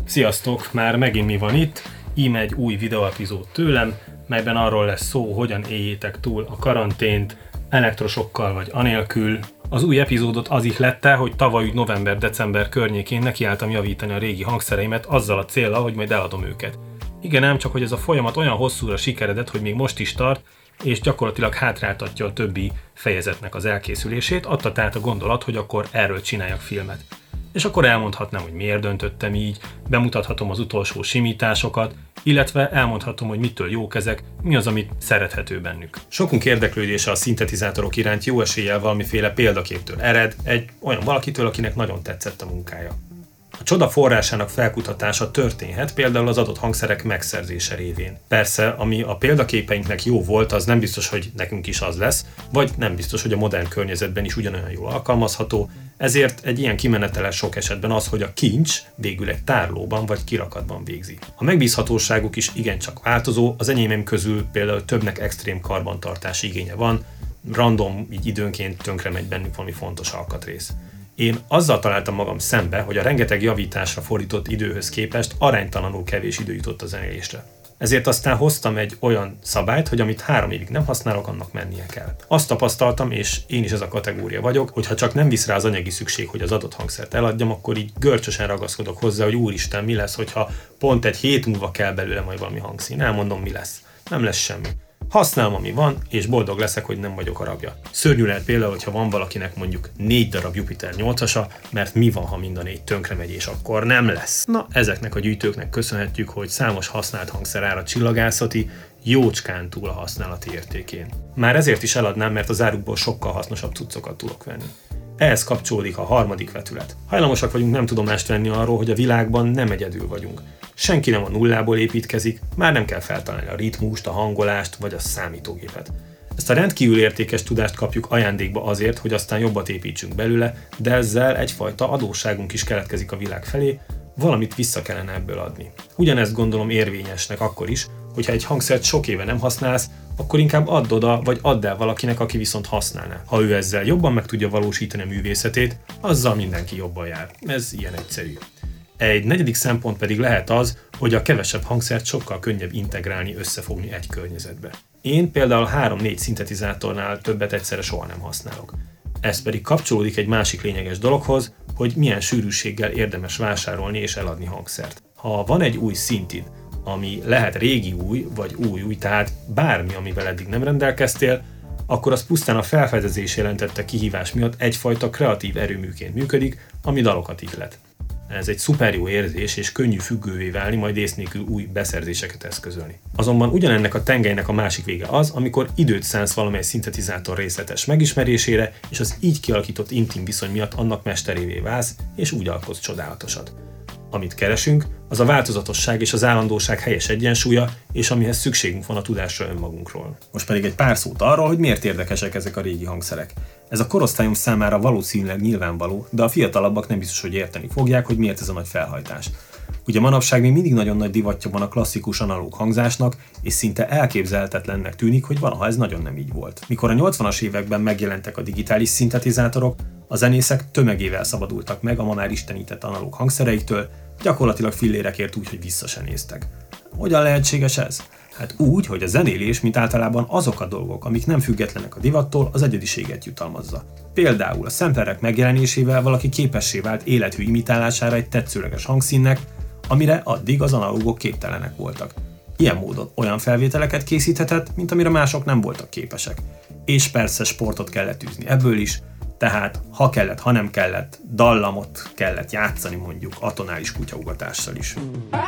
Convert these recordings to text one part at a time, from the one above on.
Sziasztok! Már megint mi van itt? Íme egy új videóepizód tőlem, melyben arról lesz szó, hogyan éljétek túl a karantént, elektrosokkal vagy anélkül. Az új epizódot az ihlette, hogy tavaly november-december környékén nekiálltam javítani a régi hangszereimet azzal a céllal, hogy majd eladom őket. Igen ám, csak hogy ez a folyamat olyan hosszúra sikeredett, hogy még most is tart, és gyakorlatilag hátráltatja a többi fejezetnek az elkészülését, adta tehát a gondolat, hogy akkor erről csináljak filmet. És akkor elmondhatnám, hogy miért döntöttem így, bemutathatom az utolsó simításokat, illetve elmondhatom, hogy mitől jók ezek, mi az, amit szerethető bennük. Sokunk érdeklődése a szintetizátorok iránt jó eséllyel valamiféle példaképtől ered, egy olyan valakitől, akinek nagyon tetszett a munkája. A csoda forrásának felkutatása történhet például az adott hangszerek megszerzése révén. Persze, ami a példaképeinknek jó volt, az nem biztos, hogy nekünk is az lesz, vagy nem biztos, hogy a modern környezetben is ugyanolyan jól alkalmazható, ezért egy ilyen kimenetele sok esetben az, hogy a kincs végül egy tárlóban vagy kirakatban végzi. A megbízhatóságuk is igencsak változó, az enyémem közül például többnek extrém karbantartási igénye van, random, így időnként tönkre megy bennük valami fontos alkatrész. Én azzal találtam magam szembe, hogy a rengeteg javításra fordított időhöz képest aránytalanul kevés idő jutott a zenélésre. Ezért aztán hoztam egy olyan szabályt, hogy amit 3 évig nem használok, annak mennie kell. Azt tapasztaltam, és én is ez a kategória vagyok, hogy ha csak nem visz rá az anyagi szükség, hogy az adott hangszert eladjam, akkor így görcsösen ragaszkodok hozzá, hogy úristen, mi lesz, hogyha pont egy hét múlva kell belőle majd valami hangszín. Elmondom, mi lesz. Nem lesz semmi. Használom, ami van, és boldog leszek, hogy nem vagyok a rabja. Szörnyű lehet például, hogyha van valakinek mondjuk 4 darab Jupiter 8-asa, mert mi van, ha mind a 4 tönkre megy, és akkor nem lesz. Na, ezeknek a gyűjtőknek köszönhetjük, hogy számos használt hangszer ára csillagászati, jócskán túl a használati értékén. Már ezért is eladnám, mert az árukból sokkal hasznosabb cuccokat tudok venni. Ehhez kapcsolódik a harmadik vetület. Hajlamosak vagyunk nem tudomást venni arról, hogy a világban nem egyedül vagyunk. Senki nem a nullából építkezik, már nem kell feltalálni a ritmust, a hangolást vagy a számítógépet. Ezt a rendkívül értékes tudást kapjuk ajándékba azért, hogy aztán jobbat építsünk belőle, de ezzel egyfajta adósságunk is keletkezik a világ felé, valamit vissza kellene ebből adni. Ugyanezt gondolom érvényesnek akkor is, hogyha egy hangszert sok éve nem használsz, akkor inkább add oda, vagy add el valakinek, aki viszont használná. Ha ő ezzel jobban meg tudja valósítani a művészetét, azzal mindenki jobban jár. Ez ilyen egyszerű. Egy negyedik szempont pedig lehet az, hogy a kevesebb hangszert sokkal könnyebb integrálni, összefogni egy környezetbe. Én például 3-4 szintetizátornál többet egyszerre soha nem használok. Ez pedig kapcsolódik egy másik lényeges dologhoz, hogy milyen sűrűséggel érdemes vásárolni és eladni hangszert. Ha van egy új szintid, ami lehet régi új, vagy új, tehát bármi, amivel eddig nem rendelkeztél, akkor az pusztán a felfedezés jelentette kihívás miatt egyfajta kreatív erőműként működik, ami dalokat ihlet. Ez egy szuper jó érzés, és könnyű függővé válni, majd ész nélkül új beszerzéseket eszközölni. Azonban ugyanennek a tengelynek a másik vége az, amikor időt szánsz valamely szintetizátor részletes megismerésére, és az így kialakított intim viszony miatt annak mesterévé válsz, és úgy alkotsz csodálatosat. Amit keresünk, az a változatosság és az állandóság helyes egyensúlya, és amihez szükségünk van a tudásra önmagunkról. Most pedig egy pár szót arról, hogy miért érdekesek ezek a régi hangszerek. Ez a korosztályom számára valószínűleg nyilvánvaló, de a fiatalabbak nem biztos, hogy érteni fogják, hogy miért ez a nagy felhajtás. Ugye manapság még mindig nagyon nagy divatja van a klasszikus analóg hangzásnak, és szinte elképzelhetetlennek tűnik, hogy valaha ez nagyon nem így volt. Mikor a 80-as években megjelentek a digitális szintetizátorok, a zenészek tömegével szabadultak meg a ma már istenített analóg hangszereiktől, gyakorlatilag fillérekért úgy, hogy vissza se néztek. Hogyan lehetséges ez? Hát úgy, hogy a zenélés, mint általában azok a dolgok, amik nem függetlenek a divattól, az egyediséget jutalmazza. Például a szemplerek megjelenésével valaki képessé vált élethű imitálására egy tetszőleges hangszínnek, amire addig az analógok képtelenek voltak. Ilyen módon olyan felvételeket készíthetett, mint amire mások nem voltak képesek. És persze sportot kellett űzni ebből is, tehát ha kellett, ha nem kellett, dallamot kellett játszani mondjuk atonális kutyaugatással is.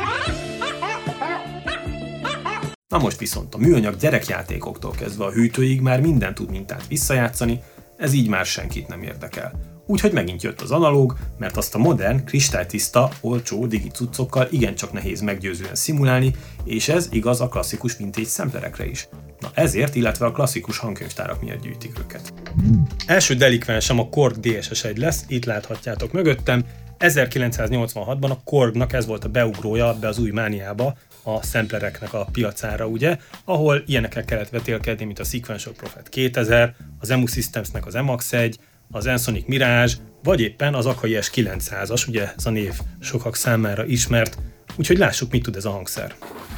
Na most viszont a műanyag gyerekjátékoktól kezdve a hűtőig már minden tud mintát visszajátszani, ez így már senkit nem érdekel. Úgyhogy megint jött az analóg, mert azt a modern, kristálytiszta, olcsó digi cuccokkal igencsak nehéz meggyőzően szimulálni, és ez igaz a klasszikus vintage szemplerekre is. Na ezért, illetve a klasszikus hangkönyvtárak miatt gyűjtik őket. Első delikvensem a Korg DSS1 lesz, itt láthatjátok mögöttem. 1986-ban a Korgnak ez volt a beugrója be az új mániába, a szemplereknek a piacára, ugye, ahol ilyenekkel kellett vetélkedni, mint a Sequential Prophet 2000, az EMU Systemsnek az Emax-1, az Ensoniq Mirage, vagy éppen az Akai S900-as, ugye ez a név sokak számára ismert Úgyhogy lássuk, mit tud ez a hangszer.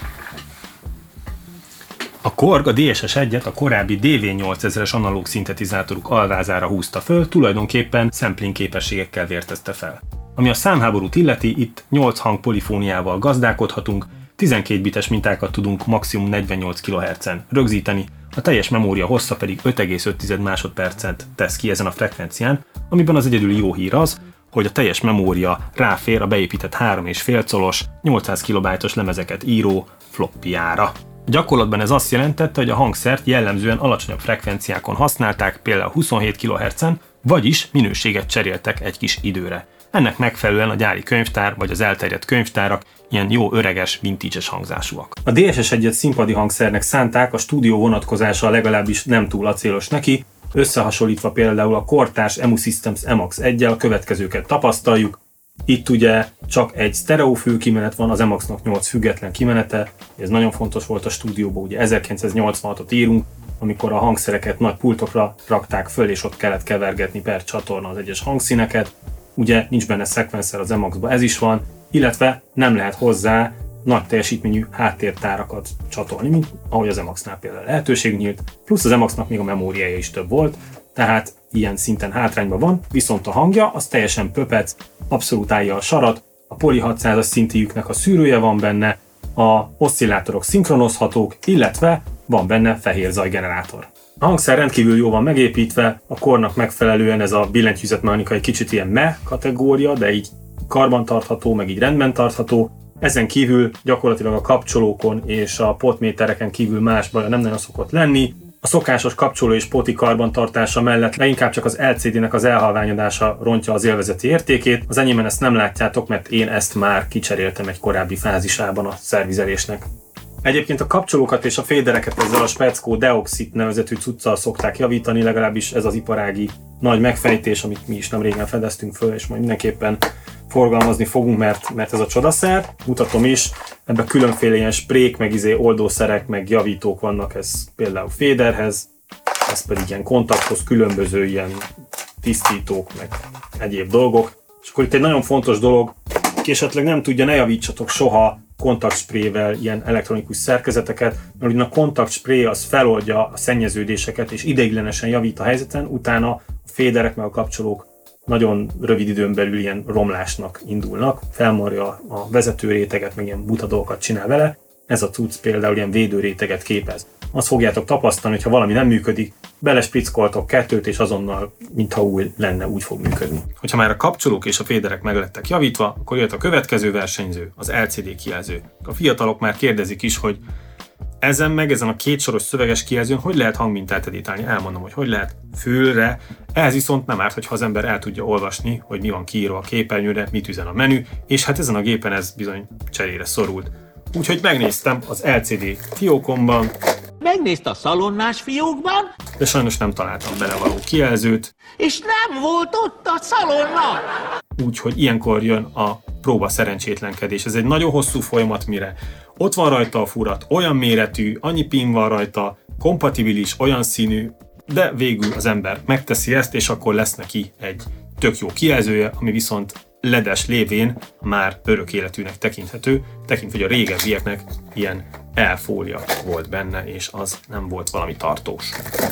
A Korg a DSS-1-et a korábbi DV8000-es analóg szintetizátoruk alvázára húzta föl, tulajdonképpen sampling képességekkel vértezte fel. Ami a számháborút illeti, itt 8 hang polifóniával gazdálkodhatunk, 12 bites mintákat tudunk maximum 48 kHz-en rögzíteni, a teljes memória hossza pedig 5,5 másodpercet tesz ki ezen a frekvencián, amiben az egyedüli jó hír az, hogy a teljes memória ráfér a beépített 3,5 colos, 800 kilobájtos lemezeket író floppyára. Gyakorlatban ez azt jelentette, hogy a hangszert jellemzően alacsonyabb frekvenciákon használták, például 27 kHz-en, vagyis minőséget cseréltek egy kis időre. Ennek megfelelően a gyári könyvtár vagy az elterjedt könyvtárak ilyen jó öreges, vintage-es hangzásúak. A DSS-1-et színpadi hangszernek szánták, a stúdió vonatkozása legalábbis nem túl acélos neki, összehasonlítva például a kortárs EMU Systems Emax 1-jel a következőket tapasztaljuk. Itt ugye csak egy sztereó fülkimenet van, az Emaxnak 8 független kimenete, ez nagyon fontos volt a stúdióban, ugye 1986-ot írunk, amikor a hangszereket nagy pultokra rakták föl, és ott kellett kevergetni per csatorna az egyes hangszíneket. Ugye nincs benne szekvenszer az Emaxban, ez is van, illetve nem lehet hozzá nagy teljesítményű háttértárakat csatolni, mint ahogy az Emaxnál például lehetőség nyílt, plusz az Emaxnak még a memóriája is több volt, tehát ilyen szinten hátrányban van, viszont a hangja az teljesen pöpec, abszolút állja a sarat, a Poly 600-as szintijüknek a szűrője van benne, a oszcillátorok szinkronozhatók, illetve van benne fehér zajgenerátor. A hangszer rendkívül jól van megépítve, a kornak megfelelően ez a billentyűzetmechanika egy kicsit ilyen meh kategória, de így karbantartható, meg így rendben tartható. Ezen kívül gyakorlatilag a kapcsolókon és a potmétereken kívül más baja nem nagyon szokott lenni. A szokásos kapcsoló és poti karbantartása mellett leginkább csak az LCD-nek az elhalványodása rontja az élvezeti értékét. Az enyémben ezt nem látjátok, mert én ezt már kicseréltem egy korábbi fázisában a szervizelésnek. Egyébként a kapcsolókat és a fédereket ezzel a Speckó Deoxit nevezetű cuccal szokták javítani, legalábbis ez az iparági nagy megfejtés, amit mi is nem régen fedeztünk föl, és majd mindenképpen forgalmazni fogunk, mert ez a csodaszer. Mutatom is, ebben különféle ilyen sprék, meg oldószerek, meg javítók vannak, ez például féderhez, ez pedig ilyen kontakthoz különböző ilyen tisztítók, meg egyéb dolgok. És akkor itt egy nagyon fontos dolog, ki esetleg nem tudja, ne javítsatok soha kontaktsprével ilyen elektronikus szerkezeteket, mert a kontaktspré az feloldja a szennyeződéseket és ideiglenesen javít a helyzeten, utána a féderek meg a kapcsolók nagyon rövid időn belül ilyen romlásnak indulnak, felmarja a vezetőréteget, meg ilyen buta dolgokat csinál vele. Ez a cucc például ilyen védőréteget képez. Azt fogjátok tapasztalni, hogy ha valami nem működik, belesprickoltok kettőt, és azonnal, mintha új lenne, úgy fog működni. Hogyha már a kapcsolók és a féderek meg lettek javítva, akkor jött a következő versenyző, az LCD kijelző. A fiatalok már kérdezik is, hogy ezen a kétsoros szöveges kijelzőn hogy lehet hangmintát editálni? Elmondom, hogy lehet fülre. Ehhez viszont nem árt, hogyha az ember el tudja olvasni, hogy mi van kiírva a képernyőre, mit üzen a menü, és hát ezen a gépen ez bizony cserére szorult. Úgyhogy megnéztem az LCD fiókomban. Megnézte a szalonnás fiókban, De sajnos nem találtam bele való kijelzőt. és nem volt ott a szalonna. Úgyhogy ilyenkor jön a próba szerencsétlenkedés. Ez egy nagyon hosszú folyamat, mire ott van rajta a furat, olyan méretű, annyi pin van rajta, kompatibilis, olyan színű, de végül az ember megteszi ezt, és akkor lesz neki egy tök jó kijelzője, ami viszont ledes lévén már örök életűnek tekinthető, tekintve, hogy a régebbieknek ilyen elfólia volt benne, és az nem volt valami tartós.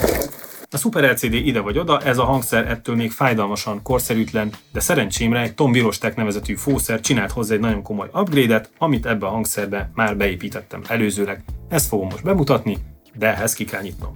A Super LCD ide vagy oda, ez a hangszer ettől még fájdalmasan korszerűtlen, de szerencsémre egy Tom Virostek nevezetű fószer csinált hozzá egy nagyon komoly upgrade-et, amit ebbe a hangszerbe már beépítettem előzőleg. Ezt fogom most bemutatni, de ehhez ki kell nyitnom.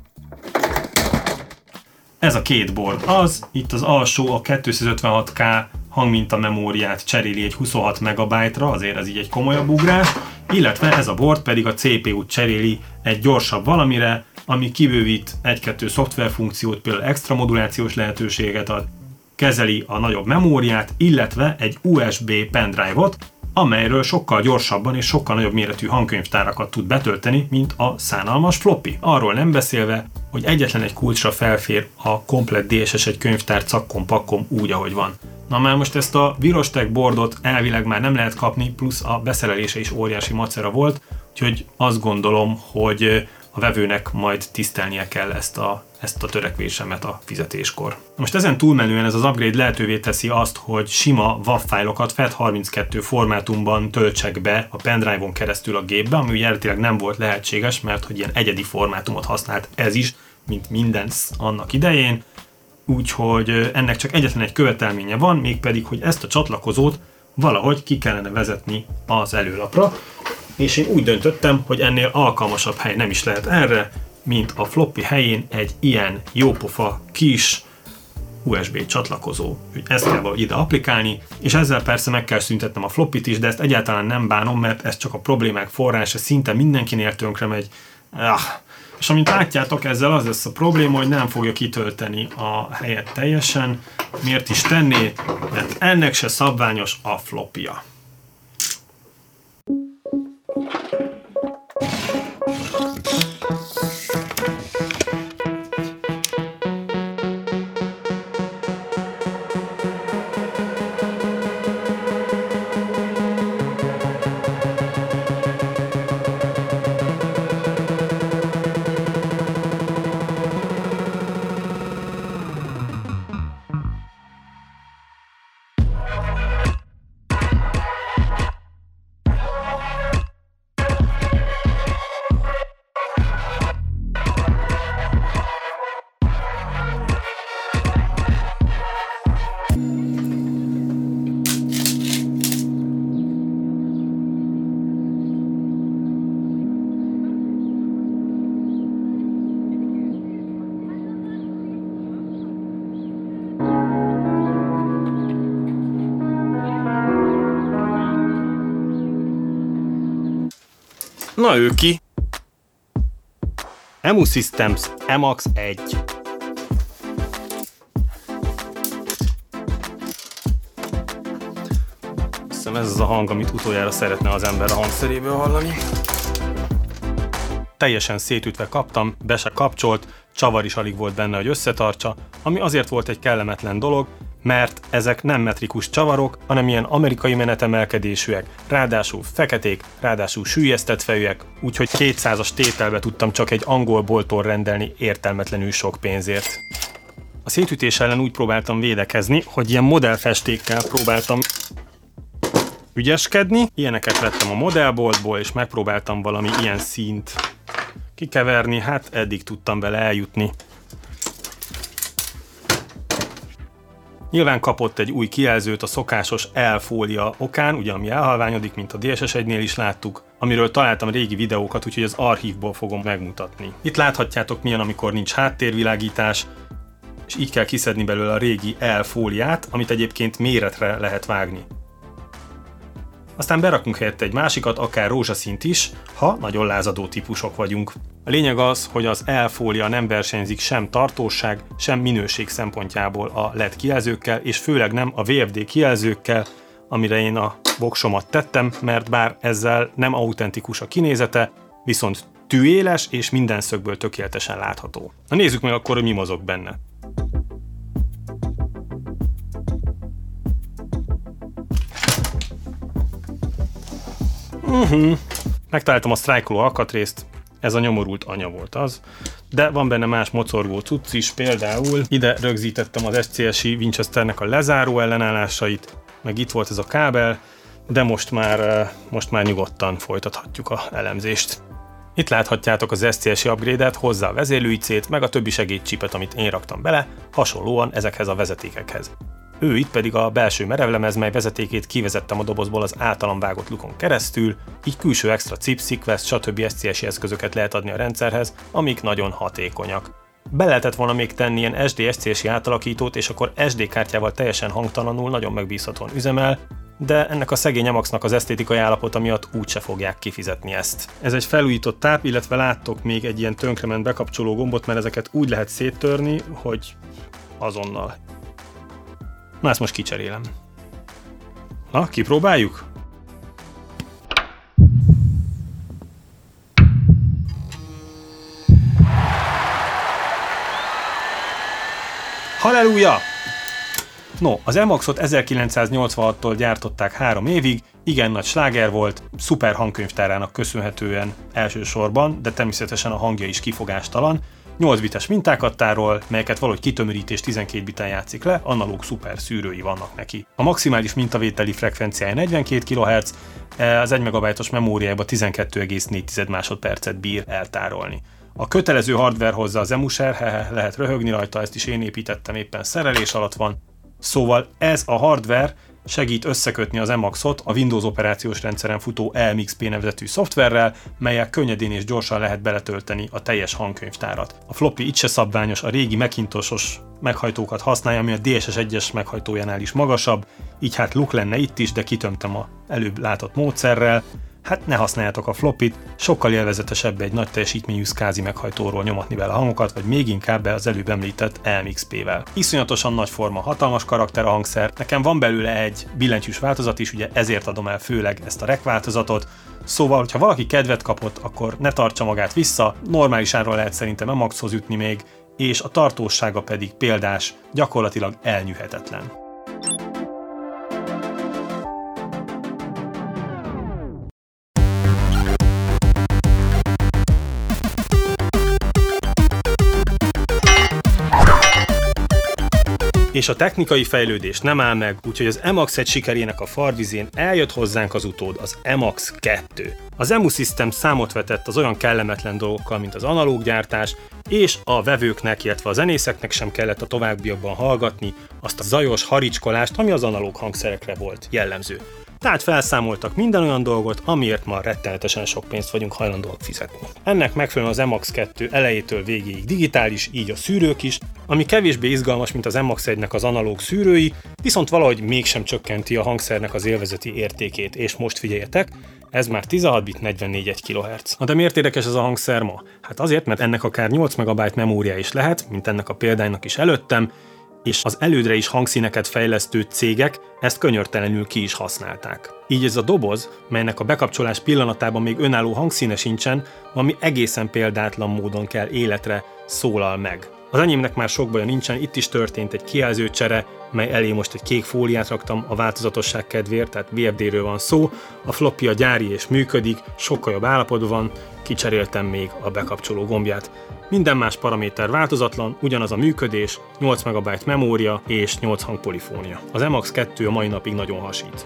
Ez a két board az, itt az alsó a 256K hangminta memóriát cseréli egy 26 MB-ra, azért ez így egy komolyabb ugrás, illetve ez a board pedig a CPU-t cseréli egy gyorsabb valamire, ami kibővít egy-kettő szoftverfunkciót, például extra modulációs lehetőséget ad, kezeli a nagyobb memóriát, illetve egy USB pendrive-ot, amelyről sokkal gyorsabban és sokkal nagyobb méretű hangkönyvtárakat tud betölteni, mint a szánalmas floppy. Arról nem beszélve, hogy egyetlen egy kulcsra felfér a komplett DSS1 könyvtár cakkom-pakkom úgy, ahogy van. Na már most ezt a Virostek boardot elvileg már nem lehet kapni, plusz a beszerelése is óriási macera volt, úgyhogy azt gondolom, hogy a vevőnek majd tisztelnie kell ezt a törekvésemet a fizetéskor. Most ezen túlmenően ez az upgrade lehetővé teszi azt, hogy sima WAV fájlokat FAT32 formátumban töltsek be a pendrive-on keresztül a gépbe, ami ugye eredetileg nem volt lehetséges, mert hogy ilyen egyedi formátumot használt ez is, mint minden annak idején. Úgyhogy ennek csak egyetlen egy követelménye van, mégpedig, hogy ezt a csatlakozót valahogy ki kellene vezetni az előlapra, és én úgy döntöttem, hogy ennél alkalmasabb hely nem is lehet erre, mint a floppy helyén egy ilyen jópofa kis USB csatlakozó. Ezt kell valahogy ide applikálni, és ezzel persze meg kell szüntetnem a floppyt is, de ezt egyáltalán nem bánom, mert ez csak a problémák forrása, szinte mindenkinél tönkre megy. És amint látjátok, ezzel az lesz a probléma, hogy nem fogja kitölteni a helyet teljesen. Miért is tenné? Mert ennek se szabványos a floppyja. Na ő ki? EMU Systems Emax 1. Hiszem ez az a hang, amit utoljára szeretne az ember a hangszeréből hallani. Teljesen szétütve kaptam, be se kapcsolt, csavar is alig volt benne, hogy összetartsa, ami azért volt egy kellemetlen dolog, mert ezek nem metrikus csavarok, hanem ilyen amerikai menetemelkedésűek, ráadásul feketék, ráadásul süllyesztett fejűek, úgyhogy 200-as tételbe tudtam csak egy angol bolttól rendelni értelmetlenül sok pénzért. A szétütés ellen úgy próbáltam védekezni, hogy ilyen modellfestékkel próbáltam ügyeskedni. Ilyeneket vettem a modellboltból, és megpróbáltam valami ilyen színt kikeverni, hát eddig tudtam vele eljutni. Nyilván kapott egy új kijelzőt a szokásos elfólia okán, ugye ami elhalványodik, mint a DSS1-nél is láttuk, amiről találtam régi videókat, úgyhogy az archívból fogom megmutatni. Itt láthatjátok milyen, amikor nincs háttérvilágítás, és így kell kiszedni belőle a régi elfóliát, amit egyébként méretre lehet vágni. Aztán berakunk helyette egy másikat, akár rózsaszínt is, ha nagyon lázadó típusok vagyunk. A lényeg az, hogy az elfólia nem versenyzik sem tartóság, sem minőség szempontjából a LED kijelzőkkel, és főleg nem a VFD kijelzőkkel, amire én a voksomat tettem, mert bár ezzel nem autentikus a kinézete, viszont tűéles és minden szögből tökéletesen látható. Na nézzük meg akkor, hogy mi mozog benne. Megtaláltam a sztrájkoló alkatrészt, ez a nyomorult anya volt az, de van benne más mocorgó cucc is, például ide rögzítettem az SCSI Winchesternek a lezáró ellenállásait, meg itt volt ez a kábel, de most már nyugodtan folytathatjuk az elemzést. Itt láthatjátok az SCSI upgrade-et, hozzá a vezérlőicét, meg a többi segédcsipet, amit én raktam bele, hasonlóan ezekhez a vezetékekhez. Ő itt pedig a belső merevlemez, mely vezetékét kivezettem a dobozból az általam vágott lukon keresztül, így külső extra chip, Sequest, stb. SCSI eszközöket lehet adni a rendszerhez, amik nagyon hatékonyak. Be lehetett volna még tenni ilyen SD SCSI átalakítót, és akkor SD kártyával teljesen hangtalanul, nagyon megbízhatóan üzemel, de ennek a szegény Emaxnak az esztétikai állapota miatt úgyse fogják kifizetni ezt. Ez egy felújított táp, illetve láttok még egy ilyen tönkrement bekapcsoló gombot, mert ezeket úgy lehet széttörni, hogy azonnal. Na ezt most kicserélem. Na, kipróbáljuk? Halleluja! No, az Emaxot 1986-tól gyártották 3 évig, igen nagy sláger volt, szuper hangkönyvtárának köszönhetően elsősorban, de természetesen a hangja is kifogástalan. 8 bites mintákat tárol, melyeket valahogy kitömörítés 12 biten játszik le, analóg szuper szűrői vannak neki. A maximális mintavételi frekvenciája 42 kHz, az 1 MB-os memóriába 12,4 másodpercet bír eltárolni. A kötelező hardware hozzá az emuser, lehet röhögni rajta, ezt is én építettem, éppen szerelés alatt van. Szóval ez a hardware segít összekötni az Emacsot a Windows operációs rendszeren futó LMXP nevezetű szoftverrel, melyel könnyedén és gyorsan lehet beletölteni a teljes hangkönyvtárat. A floppy itt se szabványos, a régi Macintosh-os meghajtókat használja, ami a DSS 1-es meghajtójánál is magasabb, így hát luk lenne itt is, de kitömtem az előbb látott módszerrel. Hát ne használjátok a floppit, sokkal élvezetesebb egy nagy teljesítményű SCSI meghajtóról nyomatni vele a hangokat, vagy még inkább az előbb említett LMXP-vel. Iszonyatosan nagy forma, hatalmas karakter a hangszer, nekem van belőle egy billentyűs változat is, ugye ezért adom el főleg ezt a REC változatot, szóval, hogyha valaki kedvet kapott, akkor ne tartsa magát vissza, normális áron lehet szerintem Emacshoz jutni még, és a tartósága pedig példás, gyakorlatilag elnyűhetetlen. És a technikai fejlődés nem áll meg, úgyhogy az Emacs 1 sikerének a farvizén eljött hozzánk az utód, az Emacs 2. Az EMU System számot vetett az olyan kellemetlen dolgokkal, mint az analóg gyártás, és a vevőknek, illetve a zenészeknek sem kellett a továbbiakban hallgatni azt a zajos haricskolást, ami az analóg hangszerekre volt jellemző. Tehát felszámoltak minden olyan dolgot, amiért ma rettenetesen sok pénzt vagyunk hajlandóak fizetni. Ennek megfelelően az Emacs 2 elejétől végéig digitális, így a szűrők is, ami kevésbé izgalmas, mint az Emacs 1-nek az analóg szűrői, viszont valahogy mégsem csökkenti a hangszernek az élvezeti értékét, és most figyeljetek, ez már 16 bit 44,1 kHz. Na de miért érdekes ez a hangszer ma? Hát azért, mert ennek akár 8 MB memória is lehet, mint ennek a példánynak is előttem, és az elődre is hangszíneket fejlesztő cégek ezt könyörtelenül ki is használták. Így ez a doboz, melynek a bekapcsolás pillanatában még önálló hangszíne sincsen, valami egészen példátlan módon kell életre szólal meg. Az enyémnek már sok baja nincsen, itt is történt egy kijelzőcsere, mely elé most egy kék fóliát raktam a változatosság kedvéért, tehát VFD-ről van szó, a floppy a gyári és működik, sokkal jobb állapotban van, kicseréltem még a bekapcsoló gombját. Minden más paraméter változatlan, ugyanaz a működés, 8 MB memória és 8 hangpolifónia. Az Emacs 2 a mai napig nagyon hasít.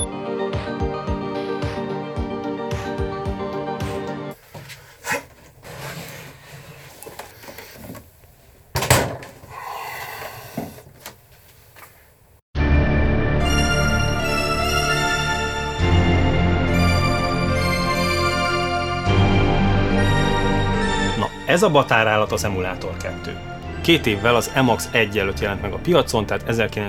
Ez a batárállat az Emulator 2. 2 évvel az Emacs 1 előtt jelent meg a piacon, tehát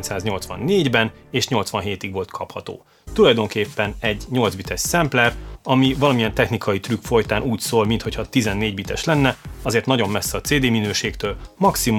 1984-ben és 87-ig volt kapható. Tulajdonképpen egy 8 bites sampler, ami valamilyen technikai trükk folytán úgy szól, mintha 14 bites lenne, azért nagyon messze a CD minőségtől, maximum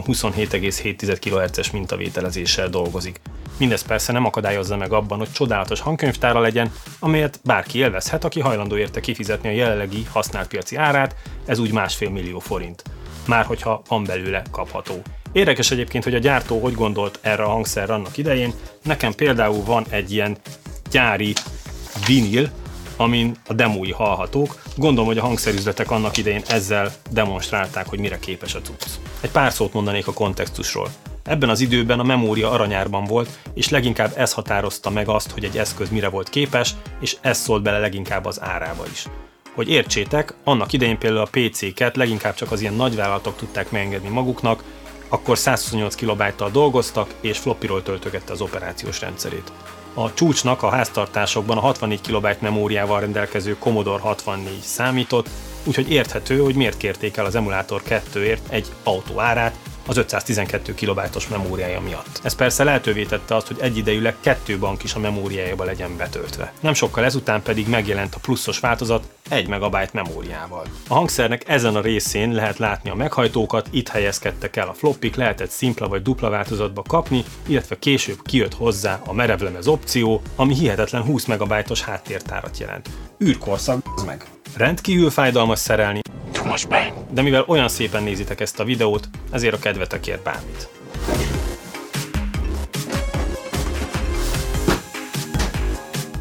27,7 kHz-es mintavételezéssel dolgozik. Mindez persze nem akadályozza meg abban, hogy csodálatos hangkönyvtára legyen, amelyet bárki élvezhet, aki hajlandó érte kifizetni a jelenlegi használt piaci árát, ez úgy 1,5 millió forint. Már hogyha van belőle kapható. Érdekes egyébként, hogy a gyártó hogy gondolt erre a hangszerre annak idején. Nekem például van egy ilyen gyári vinil, amin a demói hallhatók. Gondolom, hogy a hangszerüzletek annak idején ezzel demonstrálták, hogy mire képes a cucc. Egy pár szót mondanék a kontextusról. Ebben az időben a memória aranyárban volt, és leginkább ez határozta meg azt, hogy egy eszköz mire volt képes, és ez szólt bele leginkább az árába is. Hogy értsétek, annak idején például a PC-ket leginkább csak az ilyen nagyvállalatok tudták megengedni maguknak, akkor 128 KB-tal dolgoztak, és floppyról töltögette az operációs rendszerét. A csúcsnak a háztartásokban a 64 KB memóriával rendelkező Commodore 64 számított, úgyhogy érthető, hogy miért kérték el az Emulator 2-ért egy autó árát, az 512 KB-os memóriája miatt. Ez persze lehetővé tette azt, hogy egyidejűleg 2 bank is a memóriájába legyen betöltve. Nem sokkal ezután pedig megjelent a pluszos változat 1 MB memóriával. A hangszernek ezen a részén lehet látni a meghajtókat, itt helyezkedtek el a floppik, lehetett szimpla vagy dupla változatba kapni, illetve később kijött hozzá a merevlemez opció, ami hihetetlen 20 MB-os háttértárat jelent. Űrkorszak meg. Rendkívül fájdalmas szerelni, de mivel olyan szépen nézitek ezt a videót, ezért a kedvetekért bármit.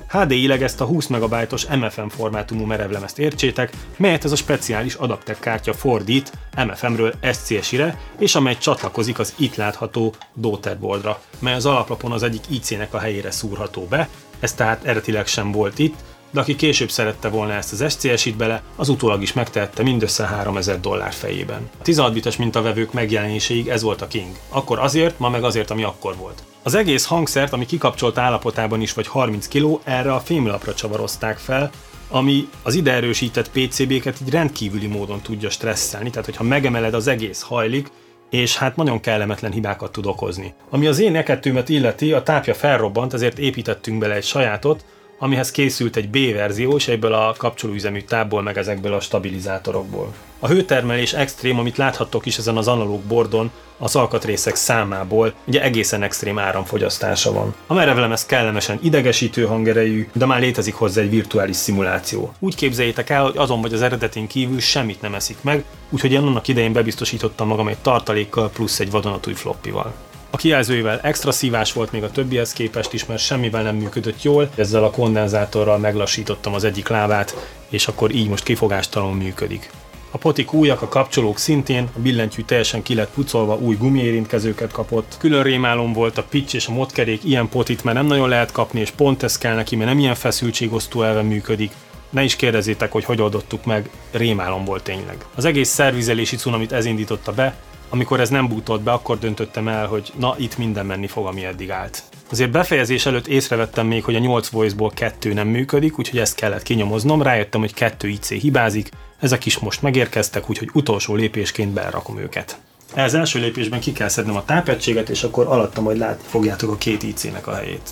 HDI-leg ezt a 20 MB-os MFM formátumú merevlemezt értsétek, melyet ez a speciális Adaptec kártya fordít MFM-ről SCSI-re, és amely csatlakozik az itt látható daughterboardra, mely az alaplapon az egyik IC-nek a helyére szúrható be, ez tehát eredetileg sem volt itt, de aki később szerette volna ezt az SCSI-t bele, az utólag is megtehette mindössze $3000 fejében. A 16 bites mintavevők megjelenéséig ez volt a king. Akkor azért, ma meg azért, ami akkor volt. Az egész hangszert, ami kikapcsolt állapotában is vagy 30 kg, erre a fémlapra csavarozták fel, ami az ide erősített PCB-ket így rendkívüli módon tudja stresszelni, tehát hogyha megemeled, az egész hajlik, és hát nagyon kellemetlen hibákat tud okozni. Ami az én E2-met illeti, a tápja felrobbant, ezért építettünk bele egy sajátot, amihez készült egy B verzió, és ebből a kapcsolóüzemű tápból meg ezekből a stabilizátorokból. A hőtermelés extrém, amit láthattok is ezen az analóg bordon, az alkatrészek számából ugye egészen extrém áramfogyasztása van. A merevlemez kellemesen idegesítő hangerejű, de már létezik hozzá egy virtuális szimuláció. Úgy képzeljétek el, hogy azon vagy az eredetén kívül semmit nem eszik meg, úgyhogy én annak idején bebiztosítottam magam egy tartalékkal plusz egy vadonatúj floppival. A kijelzőivel extra szívás volt még a többihez képest is, mert semmivel nem működött jól. Ezzel a kondenzátorral meglassítottam az egyik lábát, és akkor így most kifogástalanul működik. A potik újak, a kapcsolók szintén, a billentyű teljesen ki lett pucolva, új gumiérintkezőket kapott. Külön rémálom volt a pitch és a modkerék, ilyen potit már nem nagyon lehet kapni, és pont ez kell neki, mert nem ilyen feszültségosztó elven működik. Ne is kérdezzétek, hogy oldottuk meg, rémálom volt tényleg. Az egész szervizelési cunamit ez indította be. Amikor ez nem bútolt be, akkor döntöttem el, hogy na, itt minden menni fog, ami eddig állt. Azért befejezés előtt észrevettem még, hogy a 8 voice-ból 2 nem működik, úgyhogy ezt kellett kinyomoznom, rájöttem, hogy 2 IC hibázik, ezek is most megérkeztek, úgyhogy utolsó lépésként belerakom őket. Ez első lépésben ki kell szednem a tápegységet, és akkor alatta majd látni fogjátok a 2 IC-nek a helyét.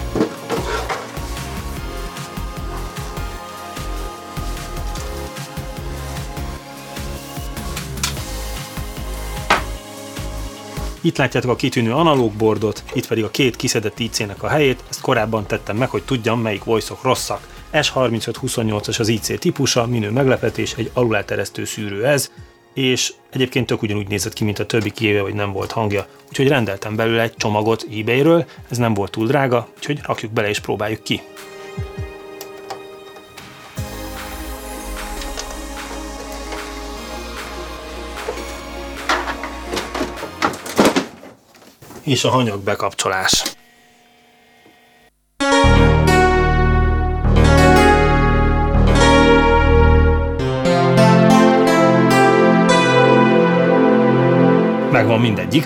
Itt látjátok a kitűnő analóg boardot, itt pedig a 2 kiszedett IC-nek a helyét, ezt korábban tettem meg, hogy tudjam, melyik voice-ok rosszak. S3528-as az IC típusa, minő meglepetés, egy aluláteresztő szűrő ez, és egyébként tök ugyanúgy nézett ki, mint a többi, kivéve, hogy nem volt hangja. Úgyhogy rendeltem belőle egy csomagot eBay-ről, ez nem volt túl drága, úgyhogy rakjuk bele és próbáljuk ki. És a hanyag bekapcsolás. Megvan mindegyik.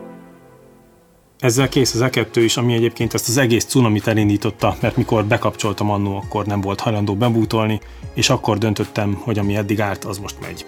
Ezzel kész az E2 is, ami egyébként ezt az egész cunamit elindította, mert mikor bekapcsoltam annó, akkor nem volt hajlandó bebútolni, és akkor döntöttem, hogy ami eddig állt, az most megy.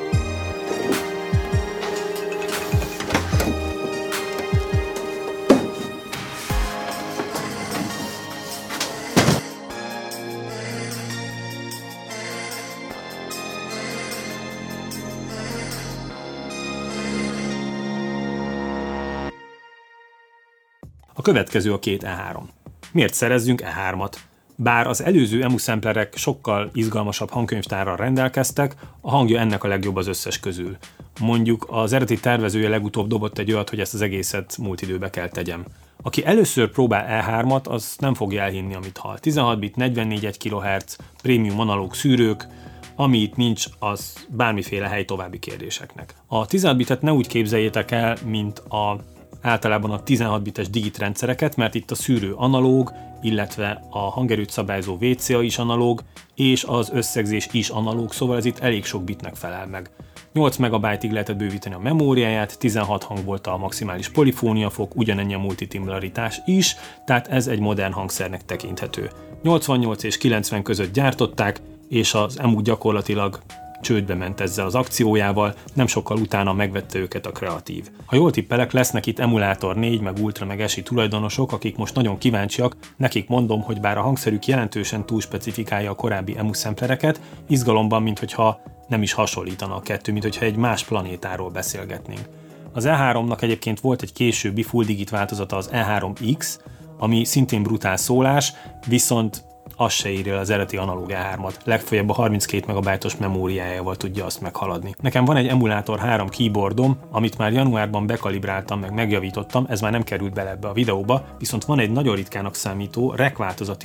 A következő a 2 E3. Miért szerezzünk E3-at? Bár az előző EMU samplerek sokkal izgalmasabb hangkönyvtárral rendelkeztek, a hangja ennek a legjobb az összes közül. Mondjuk az eredeti tervezője legutóbb dobott egy olyat, hogy ezt az egészet múlt időbe kell tegyem. Aki először próbál E3-at, az nem fogja elhinni, amit hall. 16 bit, 44 kHz, prémium analóg szűrők, ami itt nincs, az bármiféle hely további kérdéseknek. A 16 bitet ne úgy képzeljétek el, mint általában a 16 bites digit rendszereket, mert itt a szűrő analóg, illetve a hangerőt szabályozó VCA is analóg, és az összegzés is analóg, szóval ez itt elég sok bitnek felel meg. 8 MB-ig lehetett bővíteni a memóriáját, 16 hang volt a maximális polifóniafok, ugyanennyi a multitimbralitás is, tehát ez egy modern hangszernek tekinthető. 88 és 90 között gyártották, és az EMU gyakorlatilag csődbe ment ezzel az akciójával, nem sokkal utána megvette őket a Kreatív. Ha jól tippelek, lesznek itt Emulátor 4, meg Ultra, meg ESI tulajdonosok, akik most nagyon kíváncsiak, nekik mondom, hogy bár a hangszerük jelentősen túlspecifikálja a korábbi EMU samplereket, izgalomban, minthogyha nem is hasonlítana a kettő, minthogyha egy más planétáról beszélgetnénk. Az E3-nak egyébként volt egy későbbi full digit változata, az E3X, ami szintén brutál szólás, viszont az se írja az eredeti analóg E3-at, legfeljebb a 32 MB-os memóriájával tudja azt meghaladni. Nekem van egy Emulátor 3 keyboardom, amit már januárban bekalibráltam, meg megjavítottam, ez már nem került bele ebbe a videóba, viszont van egy nagyon ritkának számító REC változat is,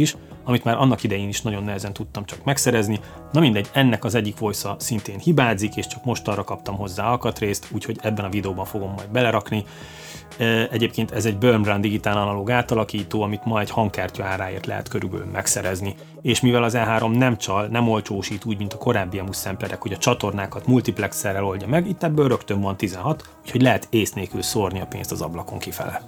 amit már annak idején is nagyon nehezen tudtam csak megszerezni. Na mindegy, ennek az egyik voice-a szintén hibázik, és csak mostanra kaptam hozzá alkatrészt, úgyhogy ebben a videóban fogom majd belerakni. Egyébként ez egy Burn Run digitál analóg átalakító, amit ma egy hangkártya áráért lehet körülbelül megszerezni. És mivel az E3 nem csal, nem olcsósít úgy, mint a korábbi EMU samplerek, hogy a csatornákat multiplexerrel oldja meg, itt ebből rögtön van 16, úgyhogy lehet ész nélkül szórni a pénzt az ablakon kifele.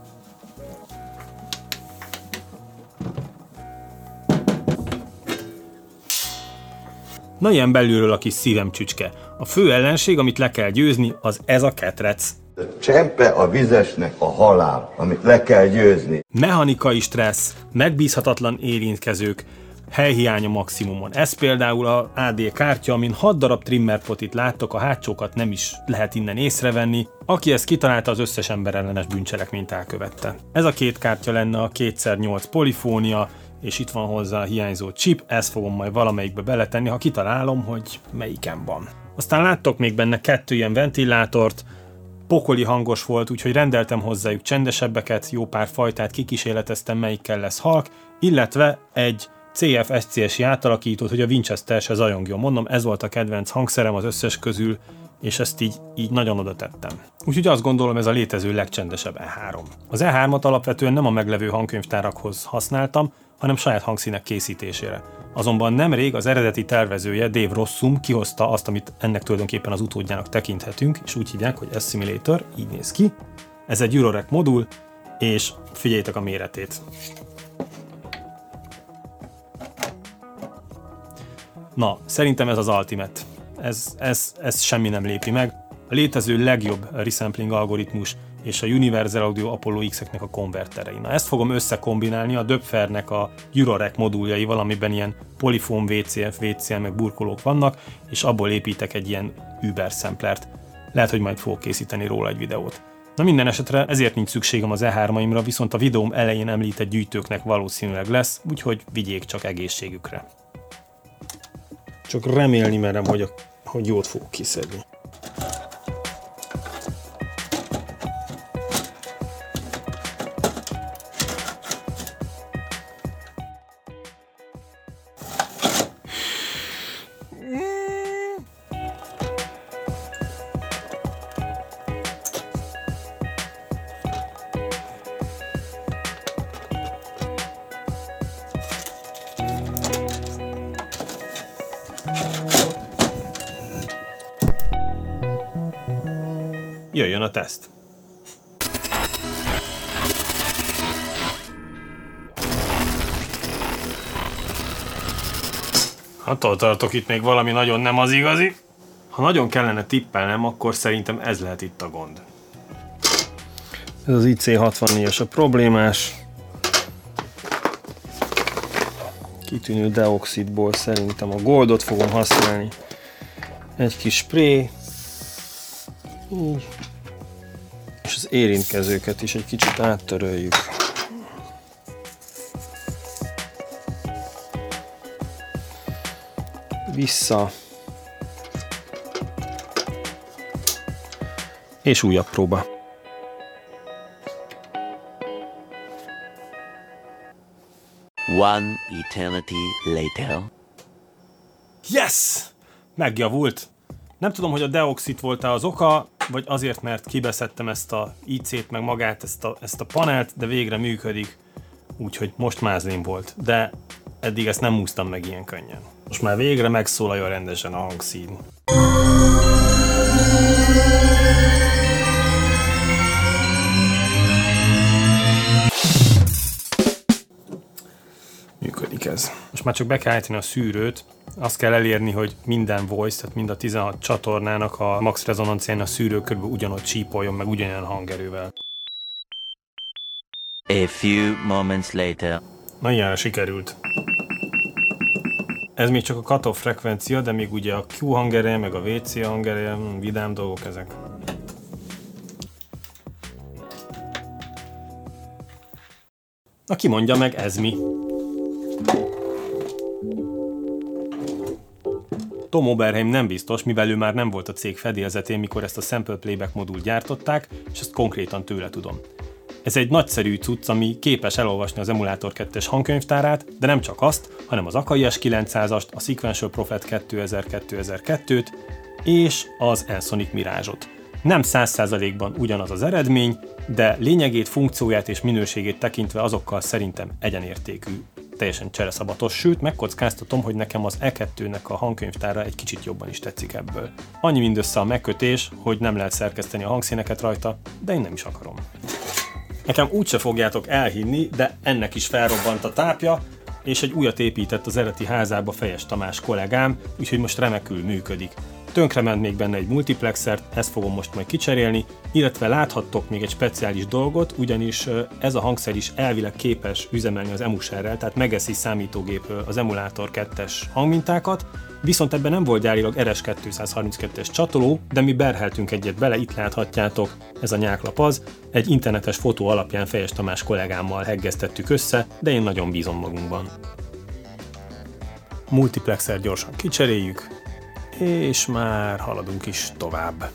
Na ilyen belülről a kis szívem csücske. A fő ellenség, amit le kell győzni, az ez a ketrec. Csempe a vizesnek a halál, amit le kell győzni. Mechanikai stressz, megbízhatatlan érintkezők, helyhiánya maximumon. Ez például a AD kártya, amin 6 darab trimmerpotit láttok, a hátsókat nem is lehet innen észrevenni. Aki ezt kitalálta, az összes emberellenes bűncselekményt elkövette. Ez a két kártya lenne a 2x8 polifónia, és itt van hozzá a hiányzó chip, ezt fogom majd valamelyikbe beletenni, ha kitalálom, hogy melyiken van. Aztán láttok még benne 2 ilyen ventilátort, pokoli hangos volt, úgyhogy rendeltem hozzájuk csendesebbeket, jó pár fajtát kikísérleteztem, melyikkel lesz halk, illetve egy CF-SCS-i átalakítót, hogy a Winchester se zajongjon. Mondom, ez volt a kedvenc hangszerem az összes közül, és ezt így nagyon oda tettem. Úgyhogy azt gondolom, ez a létező legcsendesebb E3. Az E3-at alapvetően nem a meglevő hangkönyvtárakhoz használtam, hanem saját hangszínek készítésére. Azonban nemrég az eredeti tervezője, Dave Rossum kihozta azt, amit ennek tulajdonképpen az utódjának tekinthetünk, és úgy hívják, hogy S-Simulator, így néz ki. Ez egy Eurorack modul, és figyeljétek a méretét. Na, szerintem ez az Ultimate. Ez semmi nem lépi meg. A létező legjobb resampling algoritmus és a Universal Audio Apollo X-eknek a konverterei. Na, ezt fogom összekombinálni a Döpfernek a Eurorack moduljaival, amiben ilyen polifón VCF, VCM meg burkolók vannak, és abból építek egy ilyen Uber samplert. Lehet, hogy majd fogok készíteni róla egy videót. Na minden esetre ezért nincs szükségem az E3-aimra, viszont a videóm elején említett gyűjtőknek valószínűleg lesz, úgyhogy vigyék csak egészségükre. Csak remélni merem, hogy jót fogok kiszedni. Jöjjön a teszt! Attól tartok, itt még valami nagyon nem az igazi. Ha nagyon kellene tippelnem, akkor szerintem ez lehet itt a gond. Ez az IC64-es a problémás. Kitűnő deoxidból szerintem a goldot fogom használni. Egy kis spray. Így. És az érintkezőket is egy kicsit áttöröljük. Vissza. És újabb próba. One eternity later. Yes! Megjavult. Nem tudom, hogy a deoxid volt-e az oka, vagy azért, mert kibeszedtem ezt a IC-t, meg magát, ezt a panelt, de végre működik, úgyhogy most mázlin volt, de eddig ezt nem úsztam meg ilyen könnyen. Most már végre megszólaljon rendesen a hangszín. Működik ez. Most már csak be kell állítani a szűrőt, azt kell elérni, hogy minden voice, tehát mind a 16 csatornának a max rezonancián a szűrő körülbelül ugyanott csípoljon, meg ugyanolyan hangerővel. A few moments later. Na ilyenre sikerült. Ez még csak a cut-off frekvencia, de még ugye a Q hangereje, meg a WC hangereje, vidám dolgok ezek. Na ki mondja meg, ez mi? Tom Oberheim nem biztos, mivel ő már nem volt a cég fedélzetén, mikor ezt a sample playback modult gyártották, és ezt konkrétan tőle tudom. Ez egy nagyszerű cucc, ami képes elolvasni az Emulator 2-es hangkönyvtárát, de nem csak azt, hanem az Akai S900-ast, a Sequential Prophet 2000-2002-t és az Ensoniq Mirage-ot. Nem 100%-ban ugyanaz az eredmény, de lényegét, funkcióját és minőségét tekintve azokkal szerintem egyenértékű, teljesen csereszabatos, sőt megkockáztatom, hogy nekem az E2-nek a hangkönyvtára egy kicsit jobban is tetszik ebből. Annyi mindössze a megkötés, hogy nem lehet szerkeszteni a hangszíneket rajta, de én nem is akarom. Nekem úgyse fogjátok elhinni, de ennek is felrobbant a tápja, és egy újat épített az eredeti házába Fejes Tamás kollégám, úgyhogy most remekül működik. Tönkrement még benne egy multiplexert, ezt fogom most majd kicserélni, illetve láthattok még egy speciális dolgot, ugyanis ez a hangszer is elvileg képes üzemelni az emuserrel, tehát megeszi számítógép az Emulator 2-es hangmintákat, viszont ebben nem volt gyárilag RS232-es csatoló, de mi berheltünk egyet bele, itt láthatjátok, ez a nyáklap az, egy internetes fotó alapján Fejes Tamás kollégámmal heggeztettük össze, de én nagyon bízom magunkban. Multiplexer gyorsan kicseréljük, és már haladunk is tovább.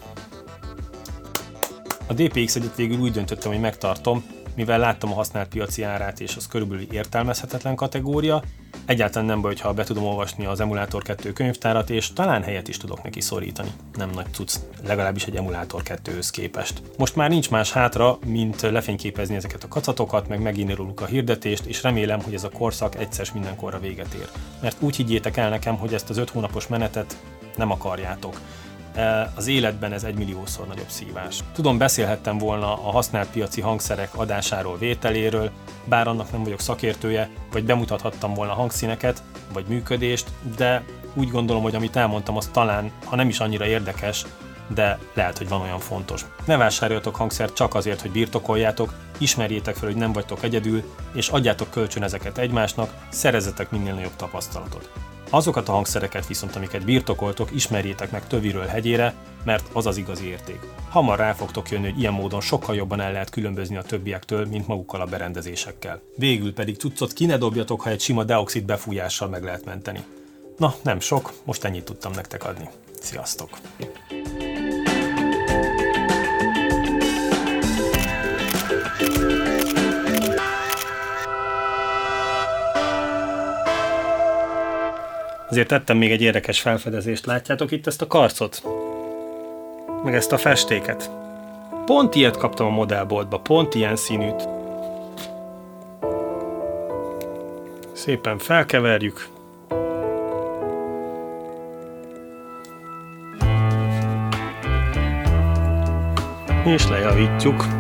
A DPX-et végül úgy döntöttem, hogy megtartom, mivel láttam a használt piaci árát, és az körülbelül értelmezhetetlen kategória. Egyáltalán nem baj, ha be tudom olvasni az Emulator 2 könyvtárat, és talán helyet is tudok neki szorítani. Nem nagy cucc, legalábbis egy Emulator 2-höz képest. Most már nincs más hátra, mint lefényképezni ezeket a kacatokat, meg megírni róluk a hirdetést, és remélem, hogy ez a korszak egyszer mindenkorra véget ér. Mert úgy higgyétek el nekem, hogy ezt az 5 hónapos menetet nem akarjátok. Az életben ez 1 milliószor nagyobb szívás. Tudom, beszélhettem volna a használt piaci hangszerek adásáról, vételéről, bár annak nem vagyok szakértője, vagy bemutathattam volna hangszíneket, vagy működést, de úgy gondolom, hogy amit elmondtam, az talán, ha nem is annyira érdekes, de lehet, hogy van olyan fontos. Ne vásároljatok hangszert csak azért, hogy birtokoljátok, ismerjétek fel, hogy nem vagytok egyedül, és adjátok kölcsön ezeket egymásnak, szerezzetek minél nagyobb tapasztalatot. Azokat a hangszereket viszont, amiket birtokoltok, ismerjétek meg töviről hegyére, mert az az igazi érték. Hamar rá fogtok jönni, hogy ilyen módon sokkal jobban el lehet különbözni a többiektől, mint magukkal a berendezésekkel. Végül pedig cuccot ki ne dobjatok, ha egy sima deoxid befújással meg lehet menteni. Na, nem sok, most ennyit tudtam nektek adni. Sziasztok! Azért tettem még egy érdekes felfedezést, látjátok itt ezt a karcot? Meg ezt a festéket. Pont ilyet kaptam a modellboltba, pont ilyen színűt. Szépen felkeverjük. És lejavítjuk.